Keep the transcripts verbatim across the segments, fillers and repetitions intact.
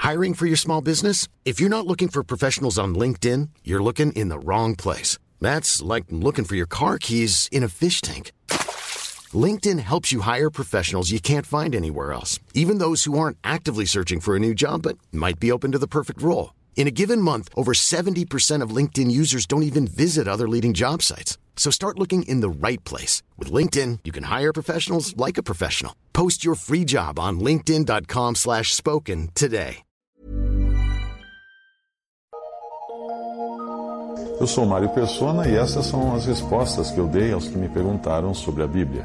Hiring for your small business? If you're not looking for professionals on LinkedIn, you're looking in the wrong place. That's like looking for your car keys in a fish tank. LinkedIn helps you hire professionals you can't find anywhere else, even those who aren't actively searching for a new job but might be open to the perfect role. In a given month, over seventy percent of LinkedIn users don't even visit other leading job sites. So start looking in the right place. With LinkedIn, you can hire professionals like a professional. Post your free job on linkedin dot com slash spoken today. Eu sou Mário Persona e essas são as respostas que eu dei aos que me perguntaram sobre a Bíblia.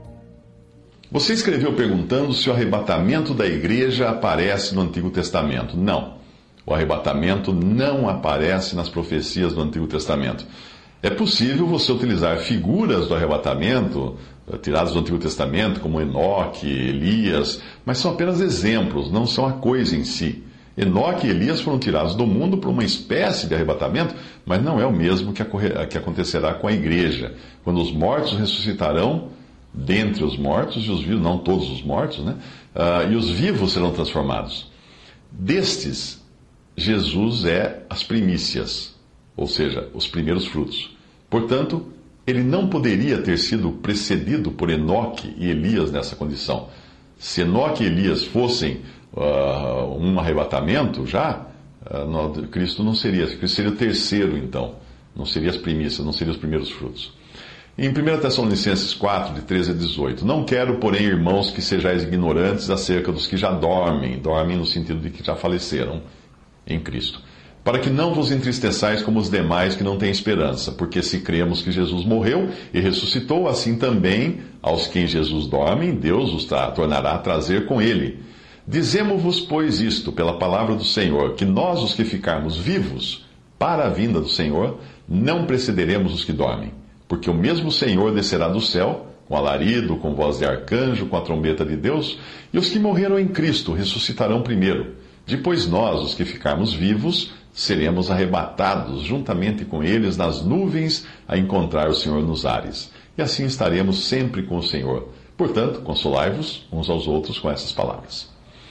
Você escreveu perguntando se o arrebatamento da igreja aparece no Antigo Testamento. Não. O arrebatamento não aparece nas profecias do Antigo Testamento. É possível você utilizar figuras do arrebatamento, tiradas do Antigo Testamento, como Enoque, Elias, mas são apenas exemplos, não são a coisa em si. Enoque e Elias foram tirados do mundo por uma espécie de arrebatamento, mas não é o mesmo que, que acontecerá com a igreja, quando os mortos ressuscitarão dentre os mortos e os vivos, não todos os mortos, né? Uh, e os vivos serão transformados. Destes, Jesus é as primícias, ou seja, os primeiros frutos. Portanto, ele não poderia ter sido precedido por Enoque e Elias nessa condição. Se Enoque e Elias fossem uh, um arrebatamento já, uh, no, Cristo não seria. Cristo seria o terceiro, então. Não seria as primícias, não seria os primeiros frutos. Em primeira Tessalonicenses quatro, de treze a dezoito, não quero, porém, irmãos, que sejais ignorantes acerca dos que já dormem, dormem no sentido de que já faleceram em Cristo, para que não vos entristeçais como os demais que não têm esperança, porque se cremos que Jesus morreu e ressuscitou, assim também aos que em Jesus dormem, Deus os tornará a trazer com ele. Dizemo-vos, pois, isto, pela palavra do Senhor, que nós, os que ficarmos vivos para a vinda do Senhor, não precederemos os que dormem, porque o mesmo Senhor descerá do céu, com alarido, com voz de arcanjo, com a trombeta de Deus, e os que morreram em Cristo ressuscitarão primeiro. Depois nós, os que ficarmos vivos, seremos arrebatados juntamente com eles nas nuvens a encontrar o Senhor nos ares. E assim estaremos sempre com o Senhor. Portanto, consolai-vos uns aos outros com essas palavras.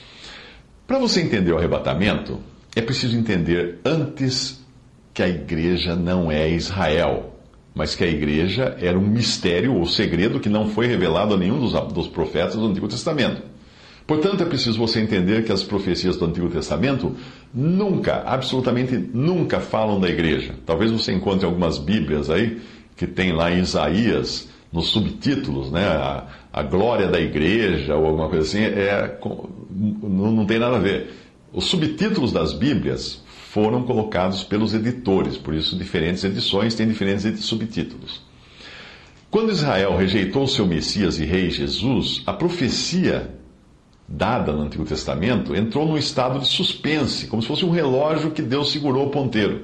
Para você entender o arrebatamento, é preciso entender antes que a igreja não é Israel, mas que a igreja era um mistério ou segredo que não foi revelado a nenhum dos, dos profetas do Antigo Testamento. Portanto, é preciso você entender que as profecias do Antigo Testamento nunca, absolutamente nunca falam da igreja. Talvez você encontre algumas bíblias aí que tem lá em Isaías, nos subtítulos, né, a, a glória da igreja ou alguma coisa assim, é, não, não tem nada a ver. Os subtítulos das bíblias foram colocados pelos editores, por isso diferentes edições têm diferentes subtítulos. Quando Israel rejeitou seu Messias e Rei Jesus, a profecia dada no Antigo Testamento, entrou num estado de suspense, como se fosse um relógio que Deus segurou o ponteiro,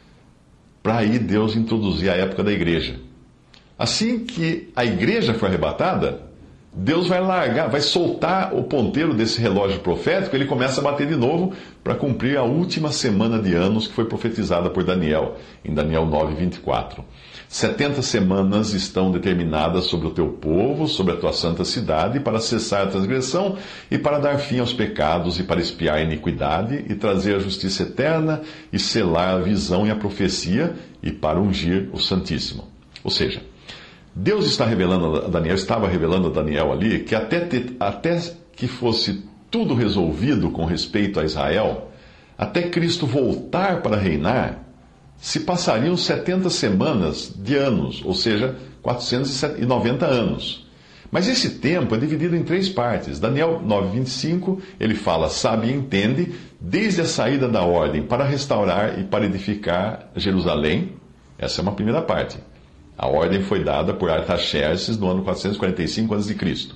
para aí Deus introduzir a época da igreja. Assim que a igreja foi arrebatada, Deus vai largar, vai soltar o ponteiro desse relógio profético, ele começa a bater de novo para cumprir a última semana de anos que foi profetizada por Daniel, em Daniel nove, vinte e quatro. setenta semanas estão determinadas sobre o teu povo, sobre a tua santa cidade, para cessar a transgressão e para dar fim aos pecados e para expiar a iniquidade e trazer a justiça eterna e selar a visão e a profecia e para ungir o Santíssimo. Ou seja, Deus está revelando a Daniel, estava revelando a Daniel ali, que até, te, até que fosse tudo resolvido com respeito a Israel, até Cristo voltar para reinar, se passariam setenta semanas de anos, ou seja, quatrocentos e noventa anos. Mas esse tempo é dividido em três partes. Daniel nove, vinte e cinco, ele fala, sabe e entende, desde a saída da ordem para restaurar e para edificar Jerusalém. Essa é uma primeira parte. A ordem foi dada por Artaxerxes no ano quatrocentos e quarenta e cinco antes de Cristo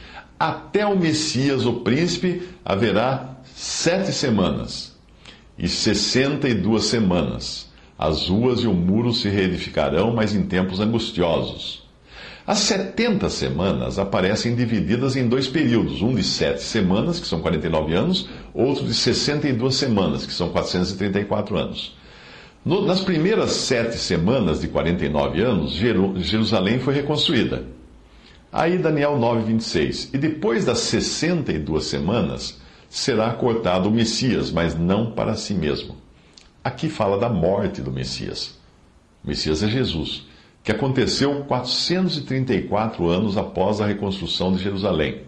Até o Messias, o príncipe, haverá sete semanas e sessenta e duas semanas. As ruas e o muro se reedificarão, mas em tempos angustiosos. As setenta semanas aparecem divididas em dois períodos, um de sete semanas, que são quarenta e nove anos, outro de sessenta e duas semanas, que são quatrocentos e trinta e quatro anos. No, nas primeiras sete semanas de quarenta e nove anos, Jerusalém foi reconstruída. Aí Daniel nove, vinte e seis. E depois das sessenta e duas semanas, será cortado o Messias, mas não para si mesmo. Aqui fala da morte do Messias. O Messias é Jesus, que aconteceu quatrocentos e trinta e quatro anos após a reconstrução de Jerusalém.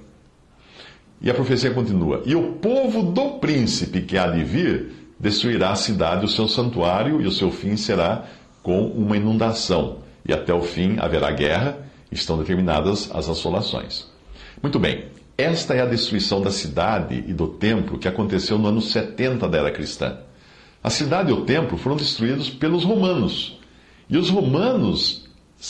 E a profecia continua: e o povo do príncipe que há de vir destruirá a cidade e o seu santuário, e o seu fim será com uma inundação. E até o fim haverá guerra, e estão determinadas as assolações. Muito bem, esta é a destruição da cidade e do templo que aconteceu no ano setenta da era cristã. A cidade e o templo foram destruídos pelos romanos. E os romanos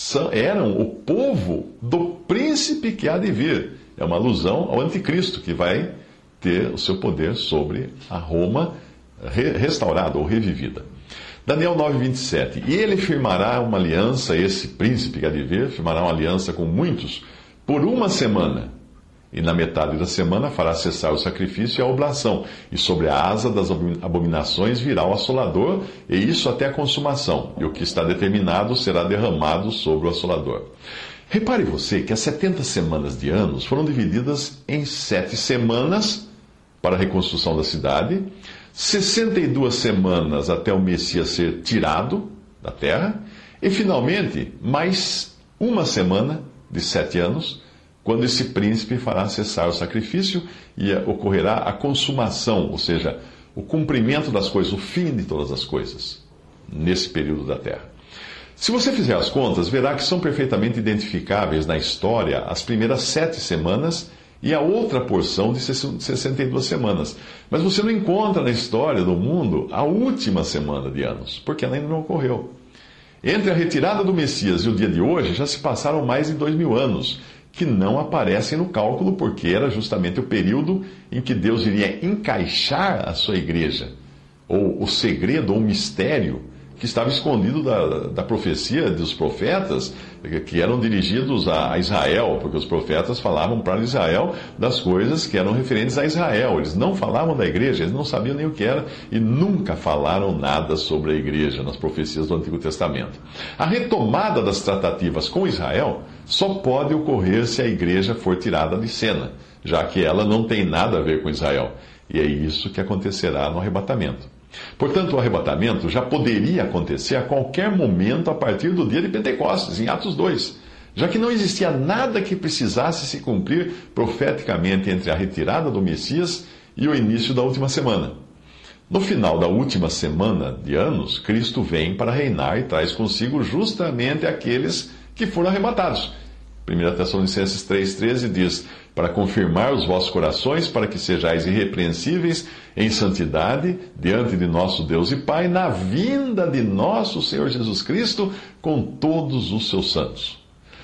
eram o povo do príncipe que há de vir. É uma alusão ao anticristo, que vai ter o seu poder sobre a Roma restaurada ou revivida. Daniel nove, vinte e sete. E ele firmará uma aliança, esse príncipe que há de vir, firmará uma aliança com muitos por uma semana. E na metade da semana fará cessar o sacrifício e a oblação. E sobre a asa das abominações virá o assolador, e isso até a consumação. E o que está determinado será derramado sobre o assolador. Repare você que as setenta semanas de anos foram divididas em sete semanas para a reconstrução da cidade, sessenta e duas semanas até o Messias ser tirado da terra, e finalmente mais uma semana de sete anos, quando esse príncipe fará cessar o sacrifício e ocorrerá a consumação, ou seja, o cumprimento das coisas, o fim de todas as coisas, nesse período da terra. Se você fizer as contas, verá que são perfeitamente identificáveis na história as primeiras sete semanas e a outra porção de sessenta e duas semanas. Mas você não encontra na história do mundo a última semana de anos, porque ela ainda não ocorreu. Entre a retirada do Messias e o dia de hoje, já se passaram mais de dois mil anos, que não aparecem no cálculo, porque era justamente o período em que Deus iria encaixar a sua igreja, ou o segredo, ou o mistério, que estava escondido da, da profecia dos profetas, que eram dirigidos a Israel, porque os profetas falavam para Israel das coisas que eram referentes a Israel. Eles não falavam da igreja, eles não sabiam nem o que era, e nunca falaram nada sobre a igreja nas profecias do Antigo Testamento. A retomada das tratativas com Israel só pode ocorrer se a igreja for tirada de cena, já que ela não tem nada a ver com Israel. E é isso que acontecerá no arrebatamento. Portanto, o arrebatamento já poderia acontecer a qualquer momento a partir do dia de Pentecostes, em Atos dois, já que não existia nada que precisasse se cumprir profeticamente entre a retirada do Messias e o início da última semana. No final da última semana de anos, Cristo vem para reinar e traz consigo justamente aqueles que foram arrebatados. primeira Tessalonicenses três, treze diz: para confirmar os vossos corações, para que sejais irrepreensíveis em santidade diante de nosso Deus e Pai, na vinda de nosso Senhor Jesus Cristo com todos os seus santos.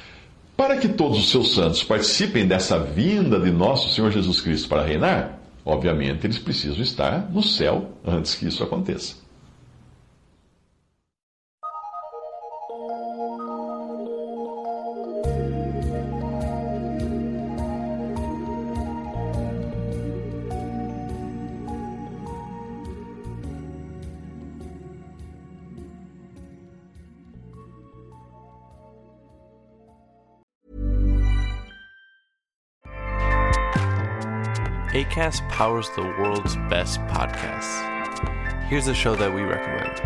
Para que todos os seus santos participem dessa vinda de nosso Senhor Jesus Cristo para reinar, obviamente eles precisam estar no céu antes que isso aconteça. Acast powers the world's best podcasts. Here's a show that we recommend.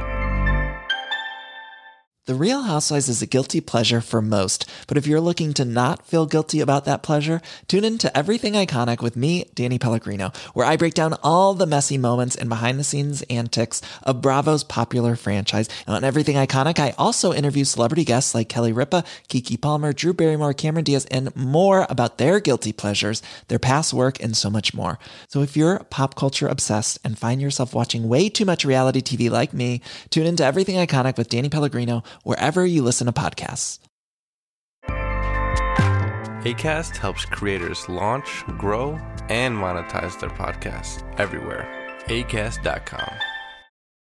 The Real Housewives is a guilty pleasure for most, but if you're looking to not feel guilty about that pleasure, tune in to Everything Iconic with me, Danny Pellegrino, where I break down all the messy moments and behind-the-scenes antics of Bravo's popular franchise. And on Everything Iconic, I also interview celebrity guests like Kelly Ripa, Keke Palmer, Drew Barrymore, Cameron Diaz, and more about their guilty pleasures, their past work, and so much more. So if you're pop culture obsessed and find yourself watching way too much reality T V like me, tune in to Everything Iconic with Danny Pellegrino, wherever you listen to podcasts. Acast helps creators launch, grow, and monetize their podcasts everywhere. Acast dot com.